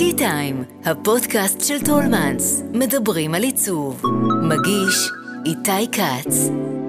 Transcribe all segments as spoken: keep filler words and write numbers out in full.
טי טיים, הפודקאסט של טולמנס, מדברים על עיצוב. מגיש איתי קץ.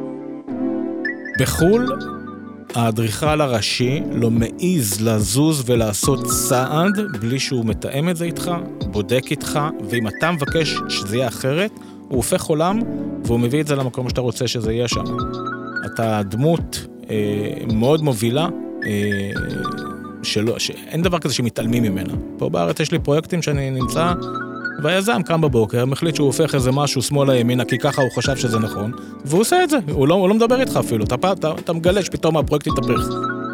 בחול, האדריכל הראשי לא מעיז לזוז ולעשות צעד בלי שהוא מתאם את זה איתך, בודק איתך, ואם אתה מבקש שזה יהיה אחרת, הוא הופך עולם והוא מביא את זה למקום שאתה רוצה שזה יהיה שם. אתה דמות אה, מאוד מובילה, אה, שלא, שאין דבר כזה שמתעלמים ממנה. פה בארץ יש לי פרויקטים שאני נמצא, והיזם קם בבוקר, מחליט שהוא הופך איזה משהו שמאלה ימינה, כי ככה הוא חשב שזה נכון, והוא עושה את זה, הוא לא, הוא לא מדבר איתך אפילו, אתה, אתה, אתה מגלה שפתאום הפרויקט יתהפך.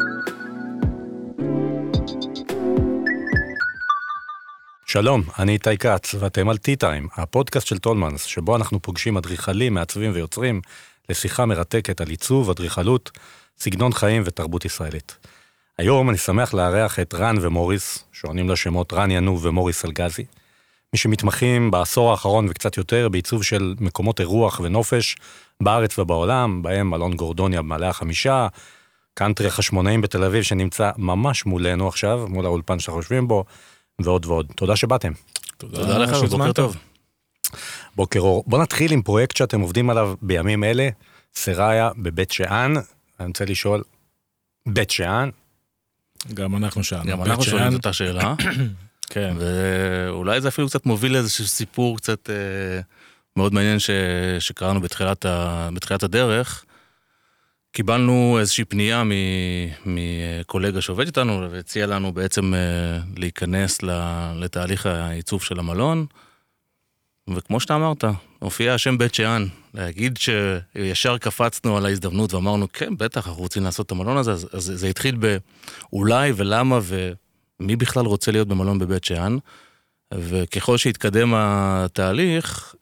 שלום, אני איתי קץ, ואתם על טי טיים, הפודקאסט של טולמנס, שבו אנחנו פוגשים אדריכלים, מעצבים ויוצרים, לשיחה מרתקת על עיצוב, אדריכלות, סגנון חיים ותרבות ישראלית. היום אני שמח לארח את רן ומוריס, שעונים לשמות רן ינוב ומוריס אלגזי, מי שמתמחים בעשור האחרון וקצת יותר בעיצוב של מקומות אירוח ונופש בארץ ובעולם, בהם מלון גורדוניה במעלה החמישה, קאנטרי חשמונאים בתל אביב שנמצא ממש מולנו עכשיו, מול האולפן שאנחנו חושבים בו, ועוד ועוד. תודה שבאתם. תודה, תודה לך, בוקר טוב. בוקר אור. בוא נתחיל עם פרויקט שאתם עובדים עליו בימים אלה, סראיה בבית שאן. אני רוצה לשאול, בית שאן? גם אנחנו שאלנו. גם אנחנו שואלים את אותה שאלה. כן. ואולי זה אפילו קצת מוביל לאיזשהו סיפור קצת אה, מאוד מעניין ש... שקראנו בתחילת, ה... בתחילת הדרך. קיבלנו איזושהי פנייה מ... מקולגה שעובד איתנו, והציע לנו בעצם אה, להיכנס לתהליך העיצוב של המלון, וכמו שאתה אמרת, הופיע השם בית שאן, להגיד שישר קפצנו על ההזדמנות ואמרנו, כן, בטח, אנחנו רוצים לעשות את המלון הזה, אז, אז זה התחיל באולי ולמה ומי בכלל רוצה להיות במלון בבית שאן, וככל שהתקדם התהליך,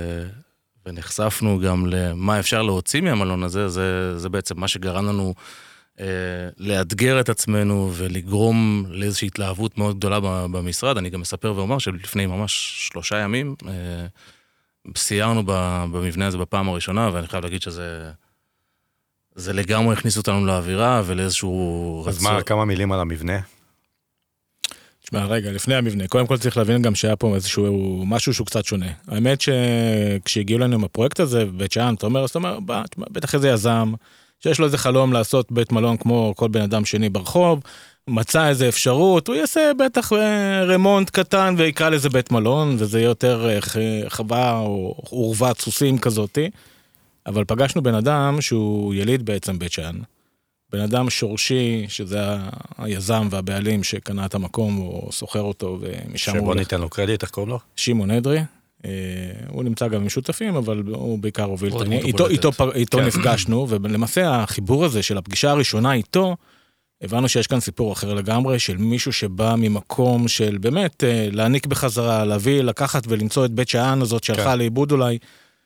ונחשפנו גם למה אפשר להוציא מהמלון הזה, זה, זה בעצם מה שגרם לנו לאתגר את עצמנו ולגרום לאיזושהי התלהבות מאוד גדולה במשרד. אני גם מספר ואומר שלפני ממש שלושה ימים סיירנו במבנה הזה בפעם הראשונה, ואני חייב להגיד שזה זה לגמרי הכניס אותנו לאווירה ולאיזשהו אז מה, כמה מילים על המבנה? תשמע, רגע, לפני המבנה, קודם כל צריך להבין גם שהיה פה איזשהו משהו שהוא קצת שונה. האמת שכשהגיעו לנו עם הפרויקט הזה, בית שאן, אתה אומר, אז אתה אומר, בטח איזה יזם, שיש לו איזה חלום לעשות בית מלון כמו כל בן אדם שני ברחוב, מצא איזה אפשרות, הוא יעשה בטח רמונט קטן ויקרא לזה בית מלון, וזה יהיה יותר חווה או עורבת סוסים כזאתי. אבל פגשנו בן אדם שהוא יליד בעצם בית שאן, בן אדם שורשי, שזה היזם והבעלים שקנה את המקום, או סוחר אותו, ומשם הוא... שבוא ניתן לו קרדיט, איך קוראים לו? שמעון אדרי. הוא נמצא גם עם שותפים, אבל הוא בעיקר הוביל את העניין. איתו, איתו, איתו נפגשנו, ולמעשה החיבור הזה של הפגישה הראשונה איתו, הבנו שיש כאן סיפור אחר לגמרי, של מישהו שבא ממקום של באמת להעניק בחזרה, להביא, לקחת ולמצוא את בית שאן הזאת שהלכה לאיבוד אולי,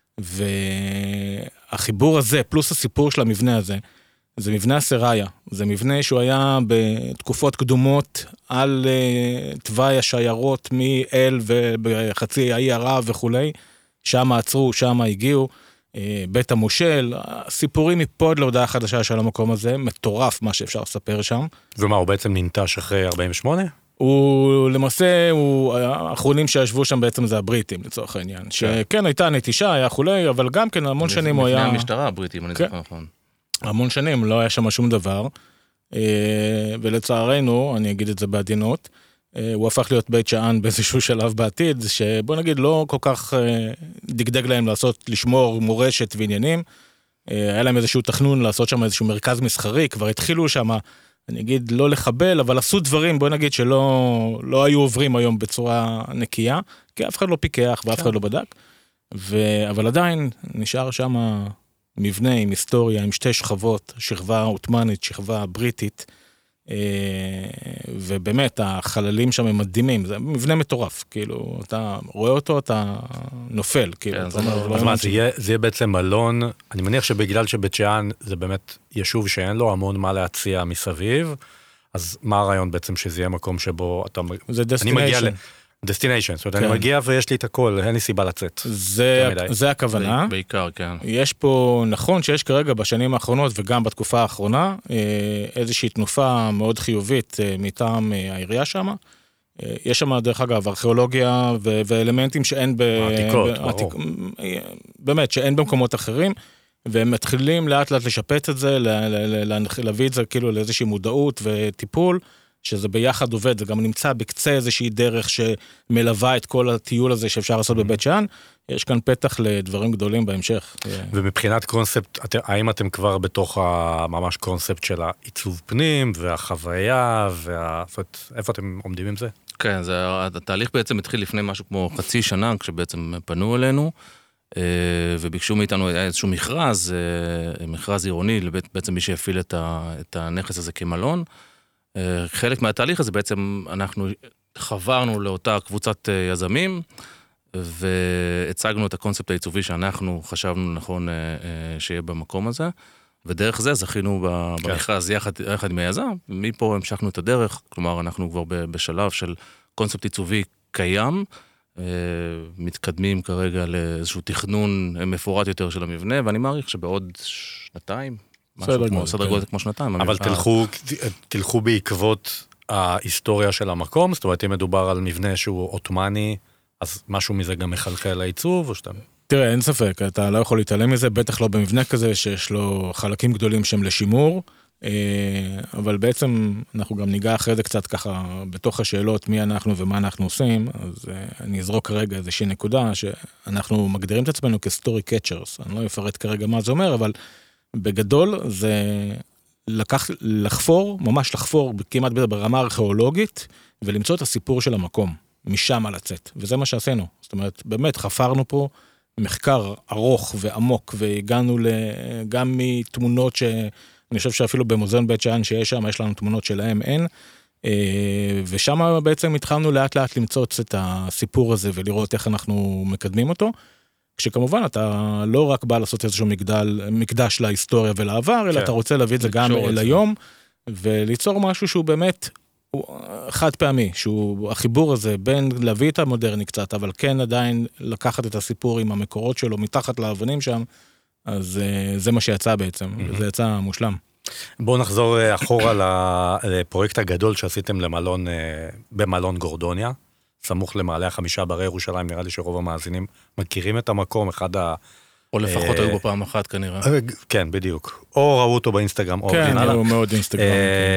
והחיבור הזה, פלוס הסיפור של המבנה הזה, זה מבנה הסראיה, זה מבנה שהוא היה בתקופות קדומות על uh, תוואי השיירות מאל ובחצי האי ערב וכולי, שם עצרו, שם הגיעו, uh, בית המושל, סיפורים מפה עד להודעה חדשה של המקום הזה, מטורף מה שאפשר לספר שם. ומה, הוא בעצם ננטש אחרי ארבעים ושמונה? הוא למעשה, הוא, האחרונים שישבו שם בעצם זה הבריטים לצורך העניין, כן. שכן הייתה נטישה, היה חולי, אבל גם כן המון שנים הוא היה... לפני המשטרה הבריטים, אני זוכר נכון. המון שנים, לא היה שם שום דבר, ולצערנו, אני אגיד את זה בעדינות, הוא הפך להיות בית שאן באיזשהו שלב בעתיד, שבוא נגיד לא כל כך דגדג להם לעשות, לשמור מורשת ועניינים, היה להם איזשהו תכנון לעשות שם איזשהו מרכז מסחרי, כבר התחילו שם, אני אגיד לא לחבל, אבל עשו דברים, בוא נגיד שלא לא היו עוברים היום בצורה נקייה, כי אף אחד לא פיקח ואף אחד לא בדק, ו... אבל עדיין נשאר שם... מבנה עם היסטוריה, עם שתי שכבות, שכבה עות'מאנית, שכבה בריטית, ובאמת החללים שם הם מדהימים, זה מבנה מטורף, כאילו, אתה רואה אותו, אתה נופל, כאילו. אז מה, זה יהיה בעצם מלון, אני מניח שבגלל שבית שאן זה באמת יישוב שאין לו המון מה להציע מסביב, אז מה הרעיון בעצם שזה יהיה מקום שבו אתה... זה דסטיניישן. דסטיניישן, זאת אומרת, אני מגיע ויש לי את הכל, אין לי סיבה לצאת. זה הכוונה. בעיקר, כן. יש פה, נכון שיש כרגע בשנים האחרונות, וגם בתקופה האחרונה, איזושהי תנופה מאוד חיובית מטעם העירייה שם, יש שם, דרך אגב, ארכיאולוגיה ו- ואלמנטים שאין ב... העתיקות, בעתיק... ברור. באמת, שאין במקומות אחרים, והם מתחילים לאט לאט לשפץ את זה, ל- ל- ל- להביא את זה כאילו לאיזושהי מודעות וטיפול, שזה ביחד עובד, זה גם נמצא בקצה איזושהי דרך שמלווה את כל הטיול הזה שאפשר לעשות בבית שאן, יש כאן פתח לדברים גדולים בהמשך. ומבחינת קונספט, את- האם אתם כבר בתוך הממש קונספט של העיצוב פנים והחוויה, וה... זאת אומרת, איפה אתם עומדים עם זה? כן, זה, התהליך בעצם התחיל לפני משהו כמו חצי שנה, כשבעצם פנו אלינו, וביקשו מאיתנו איזשהו מכרז, מכרז עירוני, בעצם מי שהפעיל את, ה, את הנכס הזה כמלון. חלק מהתהליך הזה בעצם אנחנו חברנו לאותה קבוצת יזמים, והצגנו את הקונספט העיצובי שאנחנו חשבנו נכון שיהיה במקום הזה, ודרך זה זכינו במכרז יחד, יחד עם היזם, ומפה המשכנו את הדרך, כלומר אנחנו כבר בשלב של קונספט עיצובי קיים, מתקדמים כרגע לאיזשהו תכנון מפורט יותר של המבנה, ואני מעריך שבעוד שנתיים, משהו כמו, סדר גודל כמו שנתיים. אבל תלכו, תלכו בעקבות ההיסטוריה של המקום, זאת אומרת, אם מדובר על מבנה שהוא אוטומני, אז משהו מזה גם מחלחל לעיצוב, או שאתה... תראה, אין ספק, אתה לא יכול להתעלם מזה, בטח לא במבנה כזה שיש לו חלקים גדולים שהם לשימור, אבל בעצם אנחנו גם ניגע אחרי זה קצת ככה בתוך השאלות מי אנחנו ומה אנחנו עושים, אז אני אזרוק כרגע איזושהי נקודה שאנחנו מגדירים את עצמנו כסטורי קצ'רס, אני לא אפרט כרגע מה זה אומר, אבל בגדול זה לקח, לחפור, ממש לחפור כמעט ברמה ארכיאולוגית, ולמצוא את הסיפור של המקום, משם לצאת, וזה מה שעשינו, זאת אומרת, באמת חפרנו פה מחקר ארוך ועמוק, והגענו גם מתמונות ש... אני חושב שאפילו במוזיאון בית שאן שיש שם, יש לנו תמונות שלהם, אין, ושם בעצם התחלנו לאט לאט למצוא את הסיפור הזה, ולראות איך אנחנו מקדמים אותו, כשכמובן אתה לא רק בא לעשות איזשהו מגדל, מקדש להיסטוריה ולעבר, אלא אתה רוצה להביא את זה גם אל היום, וליצור משהו שהוא באמת חד פעמי, שהוא החיבור הזה בין להביא את המודרני קצת, אבל כן עדיין לקחת את הסיפור עם המקורות שלו מתחת לאבנים שם, אז זה מה שיצא בעצם, וזה יצא מושלם. בואו נחזור אחורה לפרויקט הגדול שעשיתם למלון, במלון גורדוניה, סמוך למעלה החמישה בערי ירושלים, נראה לי שרוב המאזינים מכירים את המקום, אחד ה... או לפחות היו בו פעם אחת כנראה. כן, בדיוק. או ראו אותו באינסטגרם, או... כן, הוא מאוד אינסטגרם.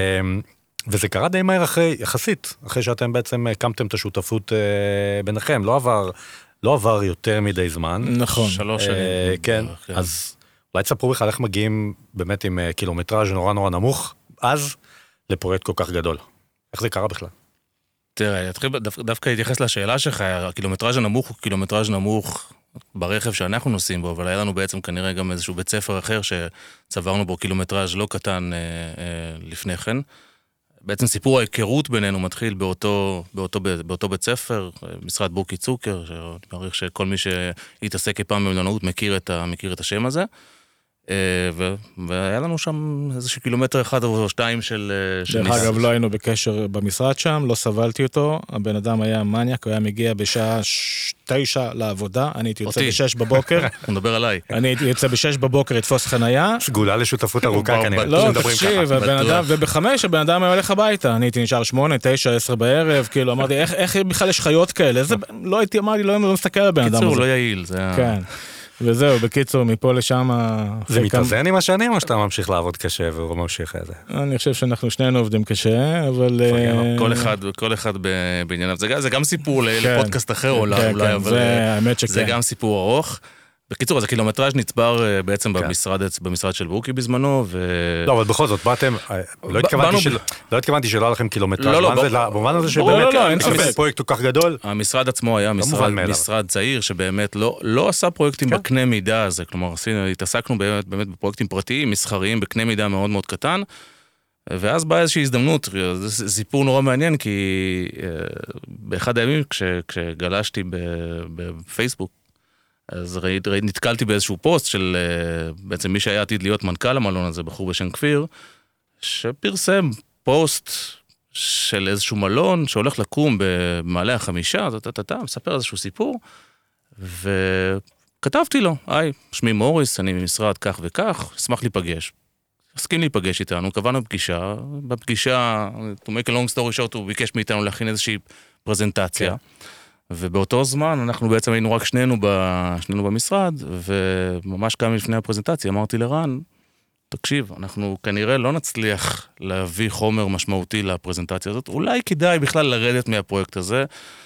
וזה קרה די מהר אחרי, יחסית, אחרי שאתם בעצם הקמתם את השותפות ביניכם, לא עבר... לא עבר יותר מדי זמן. נכון. שלוש שנים. כן, אז אולי תספרו בכלל איך מגיעים באמת עם קילומטראז' נורא נורא נמוך, אז לפרויקט כל כך גדול. איך זה קרה בכלל? תראה, דווקא להתייחס לשאלה שלך, הקילומטראז' הנמוך הוא קילומטראז' נמוך ברכב שאנחנו נוסעים בו, אבל היה לנו בעצם כנראה גם איזשהו בית ספר אחר שצברנו בו קילומטראז' לא קטן לפני כן. בעצם סיפור ההיכרות בינינו מתחיל באותו, באותו, באותו בית ספר, משרד בוקי צוקר, שאני מעריך שכל מי שהתעסק פעם במלונאות מכיר את, ה, מכיר את השם הזה, ו, והיה לנו שם איזשהו קילומטר אחד או שתיים של... דרך אגב, לא היינו בקשר במשרד שם, לא סבלתי אותו, הבן אדם היה מניאק, הוא היה מגיע בשעה תשע לעבודה, אני הייתי יוצא בשש בבוקר. הוא מדבר עליי. אני הייתי יוצא בשש בבוקר, לתפוס חנייה. סגולה לשותפות ארוכה כנראה. לא, תקשיב, ובחמש הבן אדם היה הולך הביתה, אני הייתי נשאר שמונה, תשע, עשר בערב, כאילו אמרתי, איך בכלל יש חיות כאלה? לא הייתי, אמרתי, לא מסתכל על הבן אדם הזה. קיצור, לא יעיל. כן. וזהו, בקיצור, מפה לשם... זה מתאזן עם השנים, או שאתה ממשיך לעבוד קשה והוא ממשיך את זה? אני חושב שאנחנו שנינו עובדים קשה, אבל... כל אחד, כל אחד בענייניו. זה גם סיפור לפודקאסט אחר אולי, אבל זה גם סיפור ארוך. בקיצור, אז הקילומטראז' נצבר בעצם במשרד, במשרד של בוקי בזמנו, ו... לא, אבל בכל זאת, באתם, לא התכוונתי שלא היה לכם קילומטראז', במובן הזה שבאמת, פרויקט כל כך גדול. המשרד עצמו היה משרד צעיר, שבאמת לא עשה פרויקטים בקנה מידה הזה, כלומר, התעסקנו באמת בפרויקטים פרטיים, מסחריים, בקנה מידה מאוד מאוד קטן, ואז באה איזושהי הזדמנות, זה סיפור נורא מעניין, כי באחד הימים, כשגלשתי בפייסבוק, אז ראית, ראית, נתקלתי באיזשהו פוסט של בעצם מי שהיה עתיד להיות מנכ"ל המלון הזה, בחור בשם כפיר, שפרסם פוסט של איזשהו מלון שהולך לקום במעלה החמישה, אתה מספר איזשהו סיפור, וכתבתי לו, היי, שמי מוריס, אני ממשרד כך וכך, אשמח להיפגש. הסכים להיפגש איתנו, קבענו פגישה, בפגישה, to make a long story short, הוא ביקש מאיתנו להכין איזושהי פרזנטציה, ובאותו זמן אנחנו בעצם היינו רק שנינו, ב, שנינו במשרד, וממש כמה לפני הפרזנטציה אמרתי לרן, תקשיב, אנחנו כנראה לא נצליח להביא חומר משמעותי לפרזנטציה הזאת, אולי כדאי בכלל לרדת מהפרויקט הזה.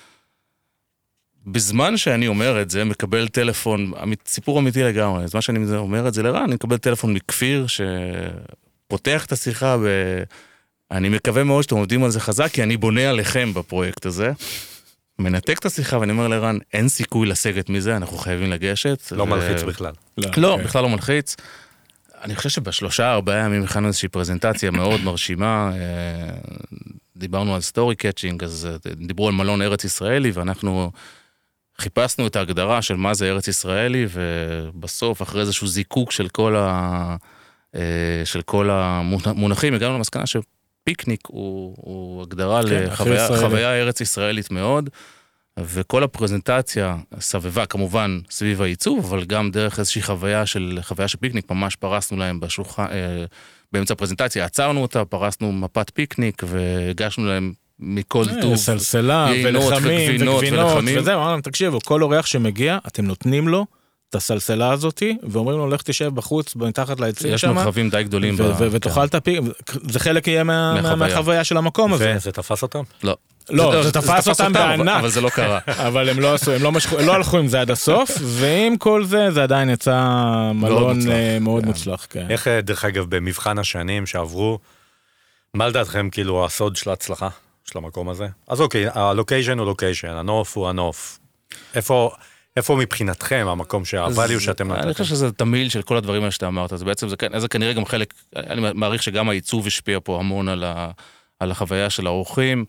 בזמן שאני אומר את זה, מקבל טלפון, סיפור אמיתי לגמרי, בזמן שאני אומר את זה לרן, אני מקבל טלפון מכפיר שפותח את השיחה, ואני מקווה מאוד שאתם עובדים על זה חזק, כי אני בונה עליכם בפרויקט הזה. מנתק את השיחה ואני אומר לרן, אין סיכוי לסגת מזה, אנחנו חייבים לגשת. לא מלחיץ בכלל. לא, בכלל לא מלחיץ. אני חושב שבשלושה, ארבעה ימים הכנו איזושהי פרזנטציה מאוד מרשימה, דיברנו על סטורי קאצ'ינג, אז דיברו על מלון ארץ ישראלי, ואנחנו חיפשנו את ההגדרה של מה זה ארץ ישראלי, ובסוף, אחרי איזשהו זיקוק של כל, ה... של כל המונחים, הגענו למסקנה שפיקניק הוא, הוא הגדרה כן, לחוויה ארץ ישראלית מאוד, וכל הפרזנטציה סבבה כמובן סביב העיצוב, אבל גם דרך איזושהי חוויה של, חוויה של פיקניק, ממש פרסנו להם בשולחן, באמצע הפרזנטציה, עצרנו אותה, פרסנו מפת פיקניק, והגשנו להם מכל טוב. סלסלה, ולחמים, וגבינות, וזה, אמרנו, תקשיבו, כל אורח שמגיע, אתם נותנים לו את הסלסלה הזאת, ואומרים לו, לך תשב בחוץ, מתחת לעצים שם. יש מרחבים די גדולים. ותאכל את הפיקניק, זה חלק יהיה מהחוויה של המקום הזה. וזה תפס אותם? לא. לא, זה תפס אותם בענק. אבל זה לא קרה. אבל הם לא עשו, הם לא הלכו עם זה עד הסוף, ועם כל זה, זה עדיין יצא מלון מאוד מוצלח. איך, דרך אגב, במבחן השנים שעברו, מה לדעתכם כאילו הסוד של ההצלחה של המקום הזה? אז אוקיי, הלוקיישן הוא לוקיישן, הנוף הוא הנוף. איפה... איפה מבחינתכם המקום שהvalue שאתם נתתם? אני חושב שזה תמיל של כל הדברים האלה שאתה אמרת, אז בעצם זה כנראה גם חלק, אני מעריך שגם העיצוב השפיע פה המון על החוויה של האורחים,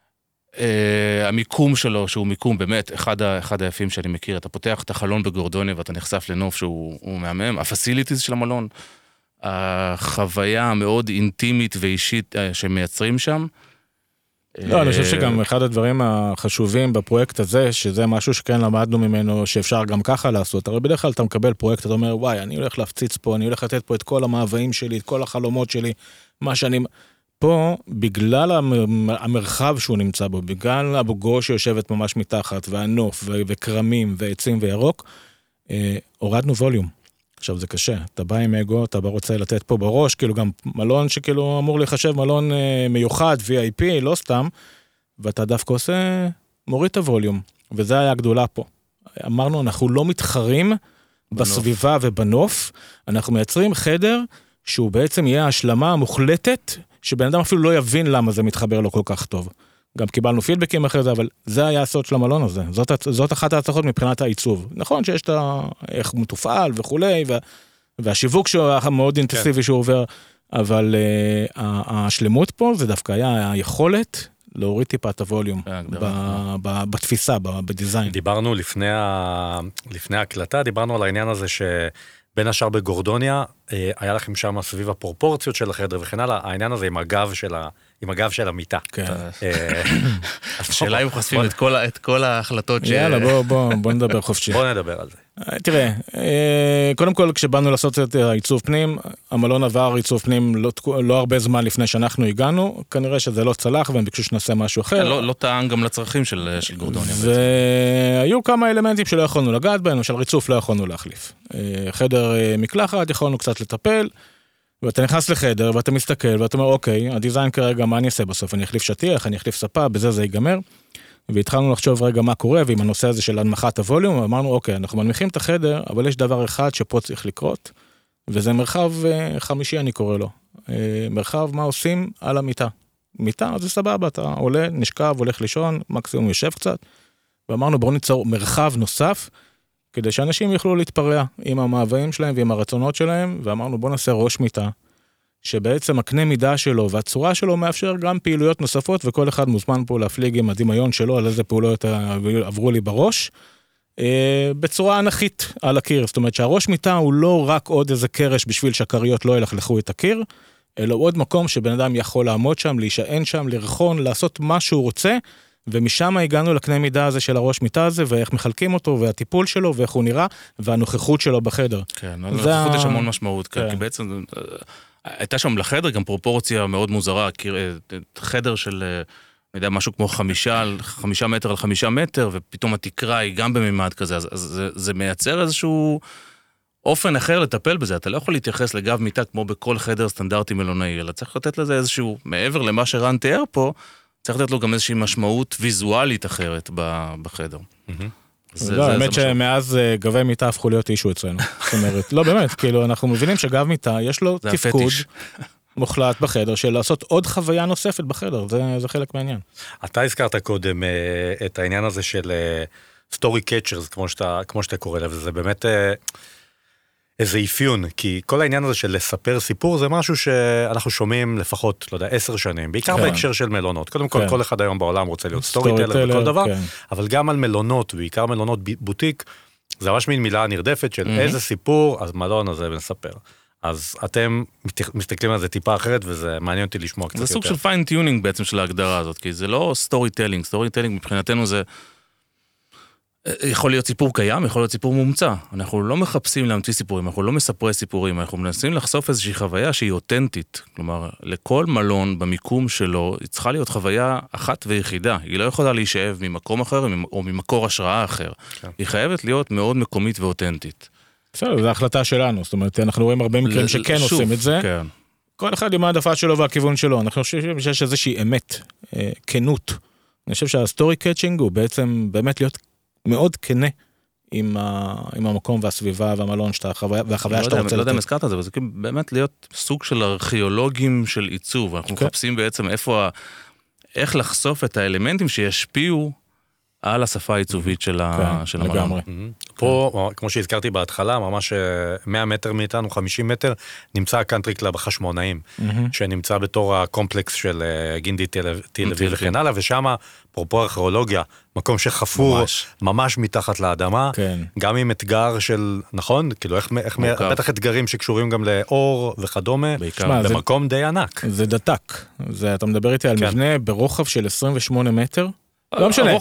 המיקום שלו, שהוא מיקום באמת אחד היפים שאני מכיר, אתה פותח את החלון בגורדוניה ואתה נחשף לנוף שהוא מהמם, הפסיליטיז של המלון, החוויה המאוד אינטימית ואישית שמייצרים שם, לא, אני חושב שגם אחד הדברים החשובים בפרויקט הזה, שזה משהו שכן למדנו ממנו, שאפשר גם ככה לעשות, הרי בדרך כלל אתה מקבל פרויקט, אתה אומר, וואי, אני הולך להפציץ פה, אני הולך לתת פה את כל המאוויים שלי, את כל החלומות שלי, מה שאני... פה, בגלל המרחב שהוא נמצא בו, בגלל אבו גוש שיושבת ממש מתחת, והנוף, וקרמים, ועצים וירוק, הורדנו ווליום. עכשיו זה קשה, אתה בא עם אגו, אתה בא רוצה לתת פה בראש, כאילו גם מלון שכאילו אמור להיחשב מלון אה, מיוחד, וי איי פי, לא סתם, ואתה דווקא עושה, מוריד את הווליום, וזה היה הגדולה פה. אמרנו, אנחנו לא מתחרים בנוף. בסביבה ובנוף, אנחנו מייצרים חדר שהוא בעצם יהיה השלמה המוחלטת, שבן אדם אפילו לא יבין למה זה מתחבר לו כל כך טוב. גם קיבלנו פידבקים אחרי זה, אבל זה היה הסוד של המלון הזה. זאת, זאת אחת ההצלחות מבחינת העיצוב. נכון שיש את ה... איך הוא מתופעל וכולי, וה, והשיווק שהוא מאוד אינטנסיבי כן. שהוא עובר, אבל uh, השלמות פה זה דווקא היה היכולת להוריד טיפה את הווליום ב, ב, בתפיסה, ב, בדיזיין. דיברנו לפני, ה... לפני ההקלטה, דיברנו על העניין הזה שבין השאר בגורדוניה, היה לכם שם סביב הפרופורציות של החדר וכן הלאה, העניין הזה עם הגב של ה... עם הגב של המיטה. כן. השאלה אם חושפים את כל ההחלטות ש... יאללה, בוא נדבר חופשי. בוא נדבר על זה. תראה, קודם כל, כשבאנו לעשות את העיצוב פנים, המלון עבר עיצוב פנים לא הרבה זמן לפני שאנחנו הגענו, כנראה שזה לא צלח, והם ביקשו שנעשה משהו אחר. לא טען גם לצרכים של גורדוניה. והיו כמה אלמנטים שלא יכולנו לגעת בהם, של ריצוף לא יכולנו להחליף. חדר מקלחת, יכולנו קצת לטפל, ואתה נכנס לחדר, ואתה מסתכל, ואתה אומר, אוקיי, הדיזיין כרגע, מה אני אעשה בסוף? אני אחליף שטיח, אני אחליף ספה, בזה זה ייגמר. והתחלנו לחשוב רגע מה קורה, ועם הנושא הזה של הנמכת הווליום, אמרנו, אוקיי, אנחנו מנמיכים את החדר, אבל יש דבר אחד שפה צריך לקרות, וזה מרחב חמישי, אני קורא לו. מרחב מה עושים על המיטה. מיטה, זה סבבה, אתה עולה, נשכב, הולך לישון, מקסימום יושב קצת, ואמרנו, בואו ניצור מרחב נוסף, כדי שאנשים יוכלו להתפרע עם המאוויים שלהם ועם הרצונות שלהם, ואמרנו בוא נעשה ראש מיטה, שבעצם הקנה מידה שלו והצורה שלו מאפשר גם פעילויות נוספות, וכל אחד מוזמן פה להפליג עם הדמיון שלו, על איזה פעולות עברו לי בראש, בצורה אנכית על הקיר, זאת אומרת שהראש מיטה הוא לא רק עוד איזה קרש בשביל שהקריות לא ילכלכו את הקיר, אלא עוד מקום שבן אדם יכול לעמוד שם, להישען שם, לרחון, לעשות מה שהוא רוצה, ומשם הגענו לקנה מידה הזה של הראש מיטה הזה, ואיך מחלקים אותו, והטיפול שלו, ואיך הוא נראה, והנוכחות שלו בחדר. כן, הנוכחות יש המון משמעות, כי בעצם הייתה שם לחדר גם פרופורציה מאוד מוזרה, חדר של אני יודע, משהו כמו חמישה, חמישה מטר על חמישה מטר, ופתאום התקרה היא גם בממד כזה, אז, אז זה, זה מייצר איזשהו אופן אחר לטפל בזה. אתה לא יכול להתייחס לגב מיטה כמו בכל חדר סטנדרטי מלונאי, אלא צריך לתת לזה איזשהו, מעבר למה שרן תיאר פה, צריך לתת לו גם איזושהי משמעות ויזואלית אחרת בחדר. לא, האמת שמאז גבי מיטה הפכו להיות אישו אצלנו. זאת אומרת, לא באמת, כאילו אנחנו מבינים שגב מיטה יש לו תפקוד מוחלט בחדר, של לעשות עוד חוויה נוספת בחדר, זה חלק מהעניין. אתה הזכרת קודם את העניין הזה של סטורי קאצ'רס, כמו שאתה קורא לזה, זה באמת איזה אפיון, כי כל העניין הזה של לספר סיפור, זה משהו שאנחנו שומעים לפחות, לא יודע, עשר שנים, בעיקר בהקשר של מלונות. קודם כל, כל אחד היום בעולם רוצה להיות סטורי טלר וכל דבר, אבל גם על מלונות, בעיקר מלונות בוטיק, זה ממש מין מילה נרדפת של איזה סיפור, אז מלון הזה ונספר. אז אתם מסתכלים על זה טיפה אחרת, וזה מעניין אותי לשמוע קצת יותר. זה סוג של פיין-טיונינג בעצם של ההגדרה הזאת, כי זה לא סטורי טלינג, סטורי טלינג מבחינתנו זה יכול להיות סיפור קיים, יכול להיות סיפור מומצא. אנחנו לא מחפשים להמציא סיפורים, אנחנו לא מספרי סיפורים, אנחנו מנסים לחשוף איזושהי חוויה שהיא אותנטית. כלומר, לכל מלון במיקום שלו, היא צריכה להיות חוויה אחת ויחידה. היא לא יכולה להישאב ממקום אחר או ממקור השראה אחר. כן. היא חייבת להיות מאוד מקומית ואותנטית. בסדר, זו החלטה שלנו. זאת אומרת, אנחנו רואים הרבה מקרים שכן שוב, עושים את זה. כן. כל אחד עם העדפה שלו והכיוון שלו. אנחנו חושבים שיש איזושהי אמת, כנות. אני חושב שהסטורי קאצ'ינג הוא בעצם באמת להיות מאוד כנה עם, ה, עם המקום והסביבה והמלון שאתה, והחוויה שאתה רוצה לתת. לא יודע אם הזכרת את זה, אבל זה באמת להיות סוג של ארכיאולוגים של עיצוב. אנחנו okay. מחפשים בעצם איפה, איך לחשוף את האלמנטים שישפיעו על השפה העיצובית של, ה, של המלון. פה, כמו שהזכרתי בהתחלה, ממש מאה מטר מאיתנו, חמישים מטר, נמצא הקאנטרי קלאב החשמונאים, שנמצא בתור הקומפלקס של גינדי תל אביב וכן הלאה, ושם, פרופו ארכיאולוגיה, מקום שחפור ממש מתחת לאדמה, גם עם אתגר של, נכון? כאילו, בטח אתגרים שקשורים גם לאור וכדומה, במקום די ענק. זה דתק. אתה מדבר איתי על מבנה ברוחב של עשרים ושמונה מטר, לא משנה,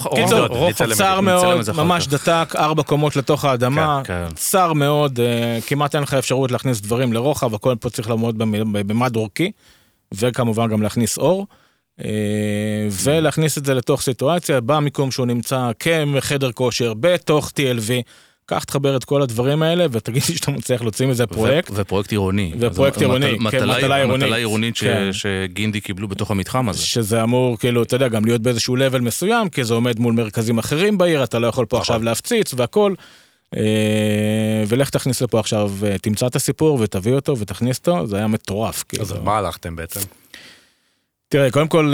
צר מאוד, ממש דתק, ארבע קומות לתוך האדמה, צר מאוד, כמעט אין לך אפשרות להכניס דברים לרוחב, הכל פה צריך לעמוד במד אורכי, וכמובן גם להכניס אור, ולהכניס את זה לתוך סיטואציה, במיקום שהוא נמצא כחדר כושר, בתוך טי אל וי, כך תחבר את כל הדברים האלה, ותגיד לי שאתה מצליח להוציא מזה פרויקט. ופרויקט עירוני. ופרויקט עירוני, כן, מטלה עירונית. מטלה עירונית שגינדי קיבלו בתוך המתחם הזה. שזה אמור, כאילו, אתה יודע, גם להיות באיזשהו לבל מסוים, כי זה עומד מול מרכזים אחרים בעיר, אתה לא יכול פה עכשיו להפציץ והכל, ולך תכניס לפה עכשיו, תמצא את הסיפור ותביא אותו ותכניס אותו, זה היה מטורף. אז מה הלכתם בעצם? תראה, קודם כל,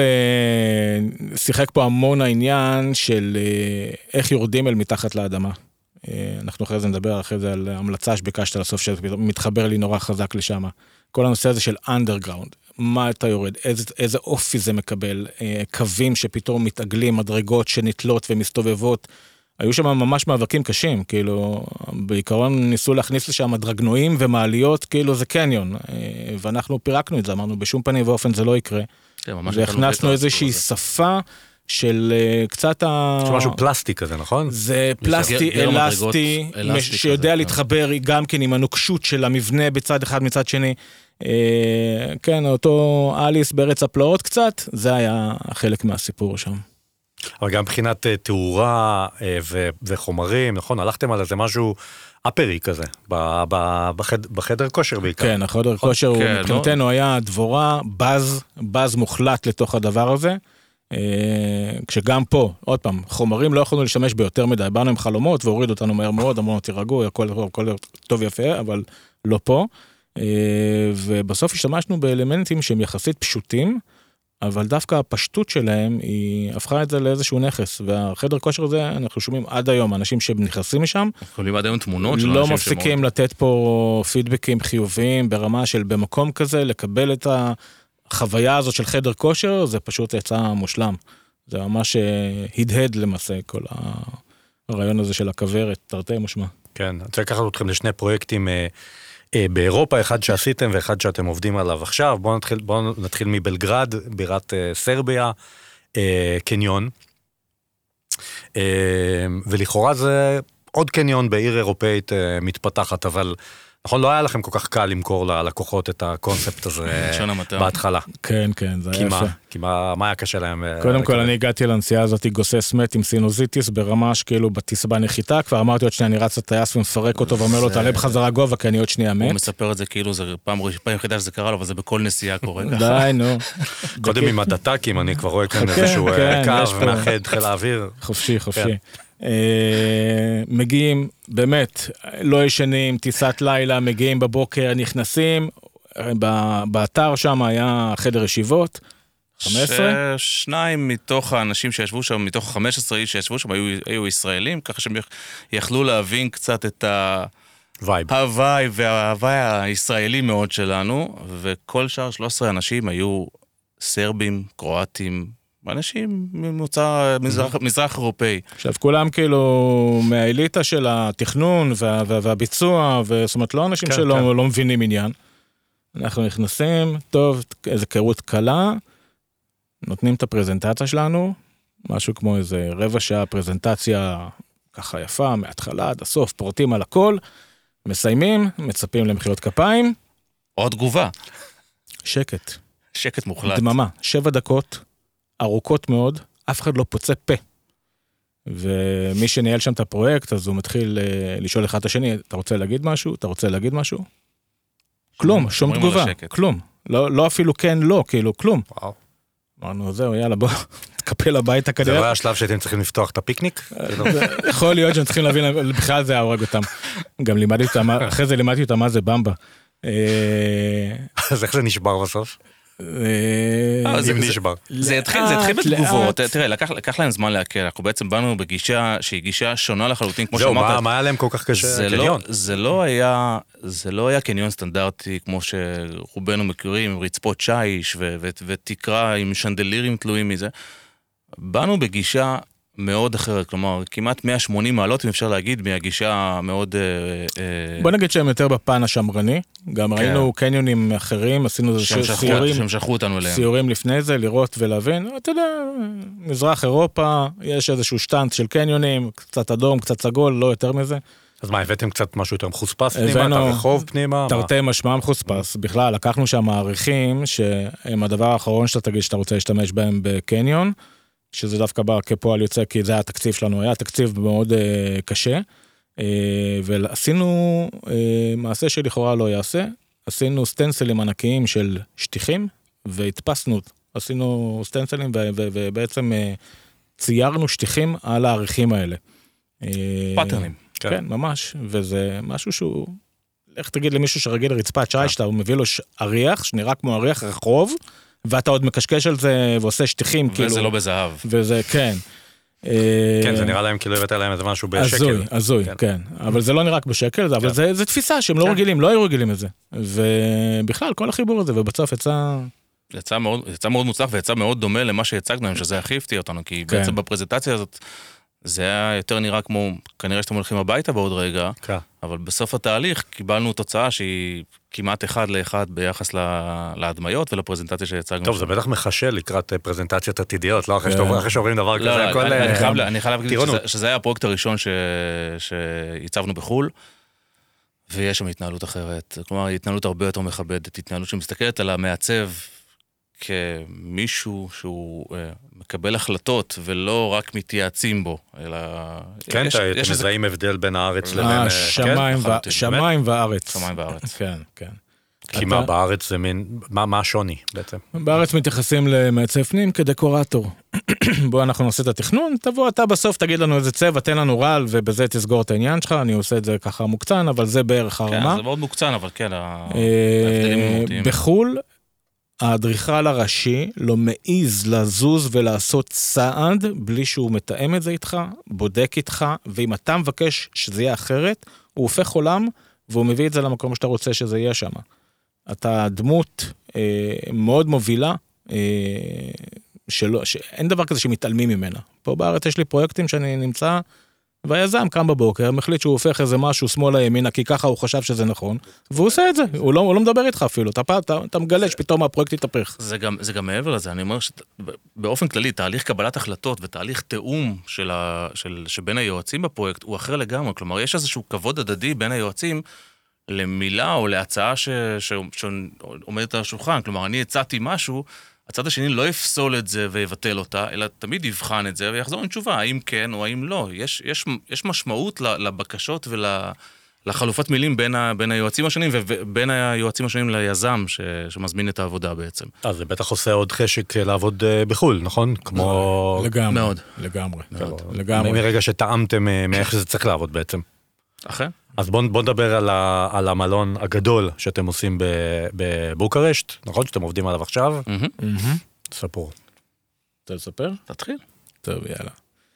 שיחק פה המון העניין של איך יורדים אל מתחת לאדמה. אנחנו אחרי זה נדבר אחרי זה על המלצה שביקשת לסוף שמתחבר לי נורא חזק לשם. כל הנושא הזה של אנדרגראונד, מה אתה יורד, איזה, איזה אופי זה מקבל, קווים שפתאום מתעגלים, מדרגות שנתלות ומסתובבות, היו שם ממש מאבקים קשים, כאילו, בעיקרון ניסו להכניס לשם דרגנועים ומעליות, כאילו זה קניון, ואנחנו פירקנו את זה, אמרנו בשום פנים ואופן זה לא יקרה, והכנסנו איזושהי שפה, של קצת ה... משהו פלסטי כזה, נכון? זה פלסטי, אלסטי, שיודע להתחבר גם כן עם הנוקשות של המבנה בצד אחד מצד שני. כן, אותו אליס בארץ הפלאות קצת, זה היה חלק מהסיפור שם. אבל גם מבחינת תאורה וחומרים, נכון? הלכתם על איזה משהו אפרי כזה, בחדר כושר בעיקר. כן, החדר כושר הוא מבחינתנו היה דבורה, בז, בז מוחלט לתוך הדבר הזה. כשגם פה, עוד פעם, חומרים לא יכולנו להשתמש ביותר מדי, באנו עם חלומות והוריד אותנו מהר מאוד, אמרנו תירגעו, הכל, הכל טוב יפה, אבל לא פה, ובסוף השתמשנו באלמנטים שהם יחסית פשוטים, אבל דווקא הפשטות שלהם היא הפכה את זה לאיזשהו נכס, והחדר כושר הזה אנחנו שומעים עד היום, אנשים שנכנסים משם, יכולים עד היום תמונות של לא מפסיקים שמות. לתת פה פידבקים חיוביים ברמה של במקום כזה, לקבל את ה... החוויה הזאת של חדר כושר, זה פשוט יצא מושלם. זה ממש הדהד למעשה, כל הרעיון הזה של הכוורת, תרתי משמע. כן, אני רוצה לקחת אתכם לשני פרויקטים אה, אה, באירופה, אחד שעשיתם ואחד שאתם עובדים עליו עכשיו. בואו נתחיל, בואו נתחיל מבלגרד, בירת אה, סרביה, אה, קניון. אה, ולכאורה זה עוד קניון בעיר אירופאית אה, מתפתחת, אבל נכון, לא היה לכם כל כך קל למכור ללקוחות את הקונספט הזה בהתחלה. כן, כן, זה היה יפה. כי מה היה קשה להם? קודם כל, אני הגעתי לנסיעה הזאת גוסס מת עם סינוזיטיס ברמה שכאילו בטיסה נחיתה, כבר אמרתי עוד שנייה, אני רץ לטייס ומפרק אותו ואומר לו, תעלה בחזרה גובה, כי אני עוד שנייה מת. הוא מספר את זה כאילו, זה פעם חידה שזה קרה לו, אבל זה בכל נסיעה קורה ככה. די, נו. קודם עם הדתקים, אני כבר רואה כאן איזשהו קו מאחד חיל האוויר. חופשי, חופשי. מגיעים, באמת, לא ישנים, טיסת לילה, מגיעים בבוקר, נכנסים, באתר שם היה חדר ישיבות, חמש עשרה? שניים מתוך האנשים שישבו שם, מתוך חמש עשרה איש שישבו שם, היו, היו ישראלים, ככה שהם יכלו להבין קצת את ה... וייב. הווייב וההווי הישראלי מאוד שלנו, וכל שאר שלושה עשר אנשים היו סרבים, קרואטים, אנשים ממוצא מזרח, מזרח אירופאי. עכשיו, כולם כאילו מהאליטה של התכנון וה, וה, והביצוע, זאת אומרת, לא אנשים כן, שלא כן. לא מבינים עניין. אנחנו נכנסים, טוב, איזו קרות קלה, נותנים את הפרזנטציה שלנו, משהו כמו איזה רבע שעה פרזנטציה ככה יפה, מההתחלה עד הסוף, פורטים על הכל, מסיימים, מצפים למחיאות כפיים. עוד תגובה. שקט. שקט מוחלט. דממה, שבע דקות. ארוכות מאוד, אף אחד לא פוצה פה. ומי שניהל שם את הפרויקט, אז הוא מתחיל לשאול אחד את השני, אתה רוצה להגיד משהו? אתה רוצה להגיד משהו? כלום, שום תגובה, כלום. לא, לא אפילו כן, לא, כאילו, כלום. וואו. אמרנו, זהו, יאללה, בוא, תקפל הביתה כנראה. זה לא היה השלב שאתם צריכים לפתוח את הפיקניק? יכול להיות שהם צריכים להבין, בכלל זה ההורג אותם. גם לימדתי אותם, אחרי זה לימדתי אותם מה זה במבה. אז איך זה נשבר בסוף? אם נשבר. זה התחיל בתגובות, תראה, לקח להם זמן להקל, אנחנו בעצם באנו בגישה שהיא גישה שונה לחלוטין, כמו שאמרת. זהו, מה היה להם כל כך קשה? קניון. זה לא היה קניון סטנדרטי, כמו שרובנו מכירים, עם רצפות שיש ותקרה עם שנדלירים תלויים מזה. באנו בגישה מאוד אחרת, כלומר, כמעט מאה ושמונים מעלות, אם אפשר להגיד, מהגישה מאוד... בוא נגיד שהם יותר בפן השמרני, גם ראינו קניונים אחרים, עשינו סיורים, שהם שלחו אותנו אליהם. סיורים לפני זה, לראות ולהבין, אתה יודע, מזרח אירופה, יש איזשהו שטנץ של קניונים, קצת אדום, קצת סגול, לא יותר מזה. אז מה, הבאתם קצת משהו יותר מחוספס פנימה, את הרחוב פנימה? תרתי משמע מחוספס, בכלל, לקחנו שם מעריכים, שהם הדבר האחרון שאתה תגיד שאתה רוצה להשתמש בהם בקניון, שזה דווקא בא כפועל יוצא, כי זה היה התקציב שלנו, היה תקציב מאוד uh, קשה, uh, ועשינו uh, מעשה שלכאורה לא יעשה, עשינו סטנסלים ענקיים של שטיחים, והדפסנו, עשינו סטנסלים, ו- ו- ובעצם uh, ציירנו שטיחים על העריכים האלה. פאטרנים. כן, כן, ממש, וזה משהו שהוא, איך תגיד למישהו שרגיל לרצפת שי, שאתה מביא לו אריח, שנראה כמו אריח רחוב, ואתה עוד מקשקש על זה ועושה שטיחים, כאילו... וזה לא בזהב. וזה, כן. כן, זה נראה להם כאילו הבאת להם איזה משהו בשקל. הזוי, הזוי, כן. אבל זה לא נראה רק בשקל, אבל זה תפיסה שהם לא רגילים, לא היו רגילים את זה. ובכלל, כל החיבור הזה, ובצוף יצא... יצא מאוד, יצא מאוד מוצלח, ויצא מאוד דומה למה שהצגנו להם, שזה הכי הפתיע אותנו, כי בעצם בפרזנטציה הזאת, זה היה יותר נראה כמו, כנראה שאתם הולכים הביתה בעוד רגע, אבל בסוף התהליך קיבלנו תוצאה שהיא כמעט אחד לאחד ביחס להדמיות ולפרזנטציה שהצגנו. טוב, זה בטח מחשל לקראת פרזנטציות עתידיות, לא אחרי שעוברים דבר כזה. אני חייב להגיד שזה היה הפרויקט הראשון שהצבנו בחול, ויש שם התנהלות אחרת. כלומר, התנהלות הרבה יותר מכבדת, התנהלות שמסתכלת על המעצב כמישהו שהוא מקבל החלטות ולא רק מתייעצים בו, אלא... כן, אתם מזהים הבדל בין הארץ לבין... שמיים וארץ. שמיים וארץ. כן, כן. כי מה בארץ זה מין... מה השוני בעצם? בארץ מתייחסים למעצב פנים כדקורטור. בוא אנחנו נעשה את התכנון, תבוא אתה בסוף תגיד לנו איזה צבע, תן לנו רעל ובזה תסגור את העניין שלך, אני עושה את זה ככה מוקצן, אבל זה בערך הרמה. כן, זה מאוד מוקצן, אבל כן, בחול, האדריכל הראשי לא מעיז לזוז ולעשות צעד בלי שהוא מתאם את זה איתך, בודק איתך, ואם אתה מבקש שזה יהיה אחרת, הוא הופך עולם והוא מביא את זה למקום שאתה רוצה שזה יהיה שם. אתה דמות אה, מאוד מובילה, אה, שלא, שאין דבר כזה שמתעלמים ממנה. פה בארץ יש לי פרויקטים שאני נמצא, והיזם קם בבוקר, מחליט שהוא הופך איזה משהו שמאלה ימינה, כי ככה הוא חשב שזה נכון, והוא עושה את זה, הוא לא, הוא לא מדבר איתך אפילו, אתה, אתה, אתה מגלה שפתאום הפרויקט יתהפך. זה גם, זה גם מעבר לזה, אני אומר שבאופן כללי, תהליך קבלת החלטות ותהליך תאום של ה, של, שבין היועצים בפרויקט, הוא אחר לגמרי, כלומר, יש איזשהו כבוד הדדי בין היועצים, למילה או להצעה ש, ש, שעומדת על השולחן. כלומר, אני הצעתי משהו, הצד השני לא יפסול את זה ויבטל אותה, אלא תמיד יבחן את זה ויחזור עם תשובה, האם כן או האם לא. יש, יש, יש משמעות לבקשות ולחלופת מילים בין, ה, בין היועצים השונים, ובין היועצים השונים ליזם ש, שמזמין את העבודה בעצם. אז זה בטח עושה עוד חשק לעבוד בחול, נכון? כמו... לגמרי. מאוד. לגמרי. מאוד. לגמרי. מרגע שטעמתם מאיך שזה צריך לעבוד בעצם. אכן. אז בואו בוא נדבר על, ה, על המלון הגדול שאתם עושים בבוקרשט, נכון? שאתם עובדים עליו עכשיו. ספור. אתה לספר? תתחיל. טוב, יאללה.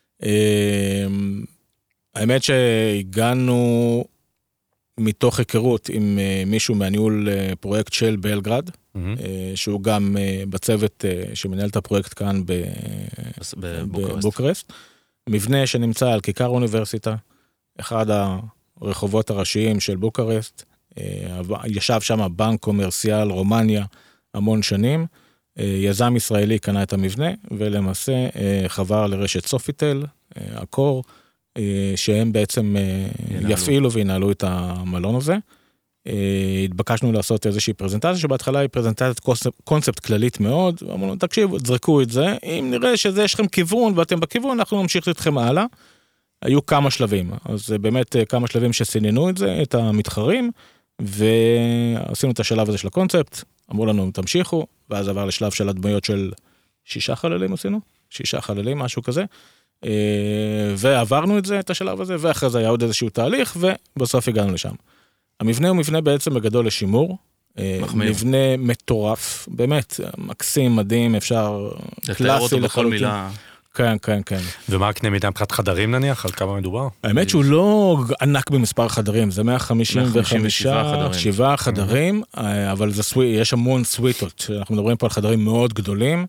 האמת שהגענו מתוך היכרות עם מישהו מהניהול פרויקט של בלגרד, שהוא גם בצוות שמנהל את הפרויקט כאן בבוקרשט. מבנה שנמצא על כיכר אוניברסיטה, אחד הרחובות הראשיים של בוקרשט, ישב שם בנק קומרסיאל רומניה המון שנים, יזם ישראלי קנה את המבנה, ולמעשה חבר לרשת סופיטל, הקור, שהם בעצם ינהלו. יפעילו וינהלו את המלון הזה. התבקשנו לעשות איזושהי פרזנטציה, שבהתחלה היא פרזנטציית קונספט, קונספט כללית מאוד, ואמרנו, תקשיבו, תזרקו את זה, אם נראה שזה יש לכם כיוון, ואתם בכיוון, אנחנו נמשיך אתכם הלאה. היו כמה שלבים, אז באמת כמה שלבים שסיננו את זה, את המתחרים, ועשינו את השלב הזה של הקונספט, אמרו לנו, תמשיכו, ואז עבר לשלב של הדמויות של שישה חללים עשינו, שישה חללים, משהו כזה, ועברנו את זה, את השלב הזה, ואחרי זה היה עוד איזשהו תהליך, ובסוף הגענו לשם. המבנה הוא מבנה בעצם בגדול לשימור, מחמיר. מבנה מטורף, באמת, מקסים, מדהים, אפשר קלאסי לחלוטין. כן, כן, כן. ומה הקנה מידה מבחינת חדרים נניח? על כמה מדובר? האמת שהוא לא ענק במספר חדרים, זה מאה חמישים וחמישה, שבעה חדרים, אבל יש המון סוויטות, אנחנו מדברים פה על חדרים מאוד גדולים,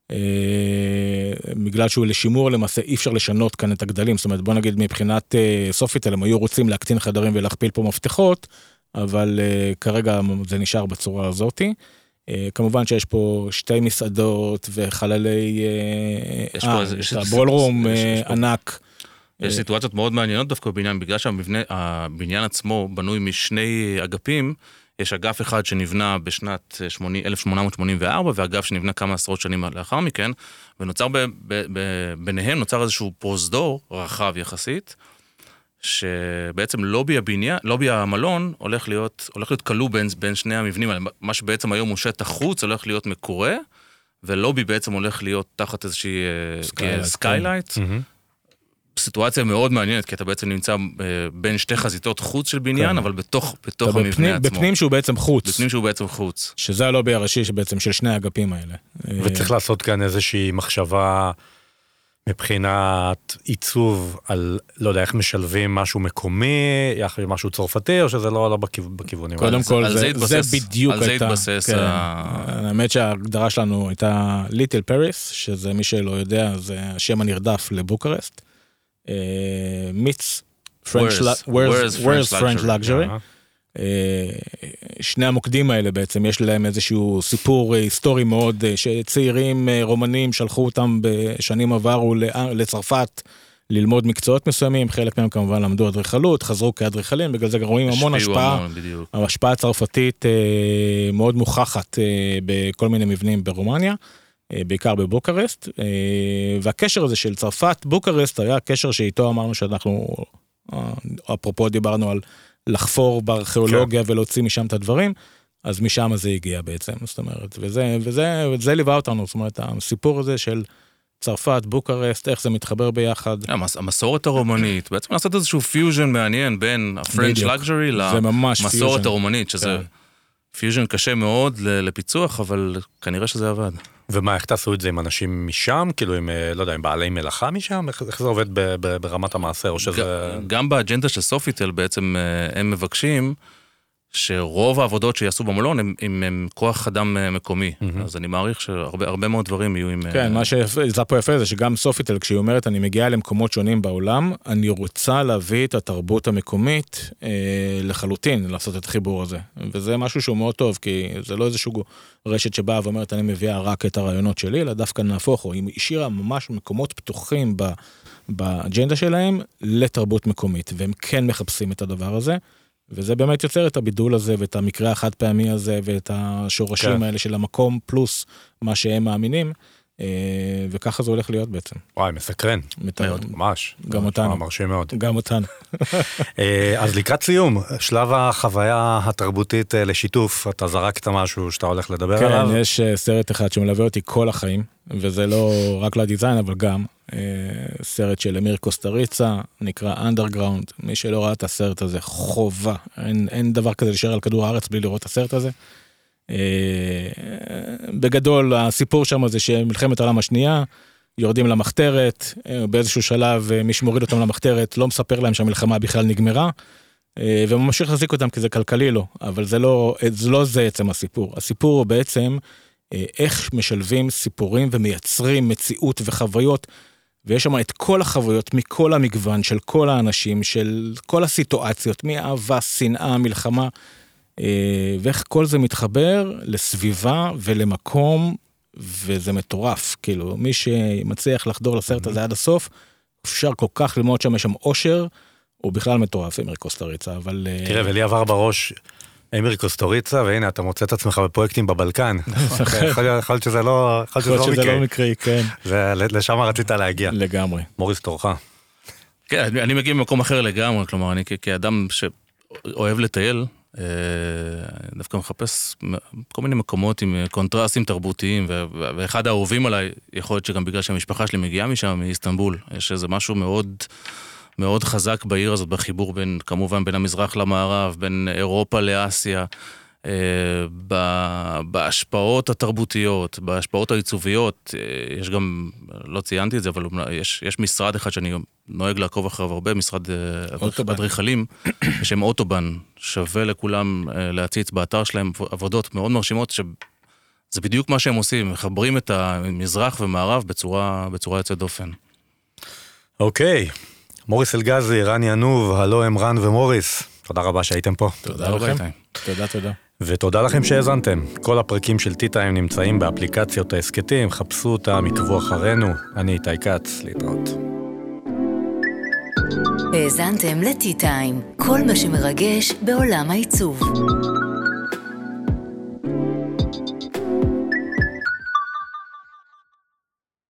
בגלל שהוא לשימור למעשה אי אפשר לשנות כאן את הגדלים, זאת אומרת בוא נגיד מבחינת סופיטל הם היו רוצים להקטין חדרים ולהכפיל פה מפתחות, אבל כרגע זה נשאר בצורה הזאתי. כמובן שיש פה שתי מסעדות וחללי בולרום ענק. יש סיטואציות מאוד מעניינות דווקא בבניין, בגלל שהבניין עצמו בנוי משני אגפים, יש אגף אחד שנבנה בשנת אלף שמונה מאות שמונים וארבע, ואגף שנבנה כמה עשרות שנים לאחר מכן, ונוצר ב, ב, ב, ביניהם נוצר איזשהו פרוזדור רחב יחסית, שבעצם לובי הבניין, לובי המלון הולך להיות, הולך להיות כלוא בין, בין שני המבנים, מה שבעצם היום הוא שטח חוץ, הולך להיות מקורה, ולובי בעצם הולך להיות תחת איזושהי סקיילייט, סיטואציה מאוד מעניינת, כי אתה בעצם נמצא בין שתי חזיתות חוץ של בניין, אבל בתוך, בתוך המבנה עצמו. בפנים שהוא בעצם חוץ. בפנים שהוא בעצם חוץ. שזה הלובי הראשי שבעצם של שני האגפים האלה. וצריך לעשות כאן איזושהי מחשבה מבחינת עיצוב על, לא יודע, איך משלבים משהו מקומי, יחד עם משהו צרפתי, או שזה לא בכיוונים. קודם כל, זה בדיוק הייתה. על זה התבסס. האמת שההגדרה שלנו הייתה ליטל פריס, שזה מי שלא יודע, זה השם הנרדף לבוקרשט. מיץ, where's French luxury. שני המוקדים האלה בעצם, יש להם איזשהו סיפור היסטורי מאוד, שצעירים רומנים שלחו אותם בשנים עברו לצרפת, ללמוד מקצועות מסוימים, חלק מהם כמובן למדו אדריכלות, חזרו כאדריכלים, בגלל זה רואים המון השפעה, השפעה צרפתית מאוד מוכחת בכל מיני מבנים ברומניה, בעיקר בבוקרשט, והקשר הזה של צרפת, בוקרשט, היה קשר שאיתו אמרנו שאנחנו, אפרופו דיברנו על לחפור בארכיאולוגיה ולהוציא משם את הדברים, אז משם זה הגיע בעצם, זאת אומרת, וזה, וזה, וזה ליווה אותנו, זאת אומרת, הסיפור הזה של צרפת, בוקרשט, איך זה מתחבר ביחד. המסורת הרומנית, בעצם לעשות איזשהו פיוז'ן מעניין בין הפרנץ' לג'רי למסורת הרומנית, שזה פיוז'ן קשה מאוד לפיצוח, אבל כנראה שזה עבד. ומה, איך תעשו את זה עם אנשים משם? כאילו עם, לא יודע, עם בעלי מלאכה משם? איך זה עובד ברמת המעשה? או שזה... גם באג'נדה של סופיטל בעצם הם מבקשים שרוב העבודות שיעשו במלון הם, הם, הם כוח אדם מקומי. Mm-hmm. אז אני מעריך שהרבה מאוד דברים יהיו עם... כן, מה שזה פה יפה זה שגם סופיטל, כשהיא אומרת, אני מגיעה למקומות שונים בעולם, אני רוצה להביא את התרבות המקומית אה, לחלוטין, לעשות את החיבור הזה. וזה משהו שהוא מאוד טוב, כי זה לא איזשהו רשת שבאה ואומרת, אני מביאה רק את הרעיונות שלי, אלא דווקא נהפוך, או היא השאירה ממש מקומות פתוחים ב, באג'נדה שלהם לתרבות מקומית, והם כן מחפשים את הדבר הזה. וזה באמת יוצר את הבידול הזה, ואת המקרה החד פעמי הזה, ואת השורשים כן. האלה של המקום, פלוס מה שהם מאמינים, וככה זה הולך להיות בעצם. וואי, מסקרן. מאוד. ממש. גם אותנו. מרשים מאוד. גם אותנו. אז לקראת סיום, שלב החוויה התרבותית לשיתוף, אתה זרקת משהו שאתה הולך לדבר עליו? כן, יש סרט אחד שמלווה אותי כל החיים, וזה לא רק לדיזיין, אבל גם סרט של אמיר קוסטריצה, נקרא Underground. מי שלא ראה את הסרט הזה, חובה. אין, אין דבר כזה להישאר על כדור הארץ בלי לראות את הסרט הזה. בגדול, הסיפור שם זה שמלחמת העולם השנייה, יורדים למחתרת, באיזשהו שלב מי שמוריד אותם למחתרת לא מספר להם שהמלחמה בכלל נגמרה, וממשיך להחזיק אותם כי זה כלכלי לו, אבל זה לא זה, לא זה עצם הסיפור. הסיפור הוא בעצם איך משלבים סיפורים ומייצרים מציאות וחוויות, ויש שם את כל החוויות מכל המגוון של כל האנשים, של כל הסיטואציות, מאהבה, שנאה, מלחמה, ואיך כל זה מתחבר לסביבה ולמקום, וזה מטורף, כאילו, מי שמצליח לחדור לסרט הזה עד הסוף, אפשר כל כך ללמוד שם, יש שם אושר, הוא בכלל מטורף, אמיר קוסטריצה, אבל... תראה, ולי עבר בראש אמיר קוסטריצה, והנה, אתה מוצא את עצמך בפרויקטים בבלקן. יכול להיות שזה לא מקרה. יכול להיות שזה לא מקרי, כן. ולשם רצית להגיע. לגמרי. מוריס, תורך. כן, אני מגיע ממקום אחר לגמרי, כלומר, אני כאדם שאוהב לטייל, דווקא מחפש כל מיני מקומות עם קונטרסטים תרבותיים, ואחד האהובים עליי, יכול להיות שגם בגלל שהמשפחה שלי מגיעה משם, מאיסטנבול, יש איזה משהו מאוד, מאוד חזק בעיר הזאת, בחיבור בין, כמובן, בין המזרח למערב, בין אירופה לאסיה, בהשפעות התרבותיות, בהשפעות העיצוביות, יש גם, לא ציינתי את זה, אבל יש, יש משרד אחד שאני נוהג לעקוב אחריו הרבה, משרד אדריכלים, בשם אוטובן, שווה לכולם להציץ באתר שלהם עבודות מאוד מרשימות, שזה בדיוק מה שהם עושים, מחברים את המזרח ומערב בצורה, בצורה יוצאת דופן. אוקיי, מוריס אלגזי, רן ינוב, הלו הם רן ומוריס, תודה רבה שהייתם פה. תודה לכם. תודה, תודה. ותודה לכם שהאזנתם. כל הפרקים של טיטיים נמצאים באפליקציות העסקתים, חפשו אותם, עקבו אחרינו. אני איתי כץ, להתראות. האזנתם לטיטיים, כל מה שמרגש בעולם העיצוב.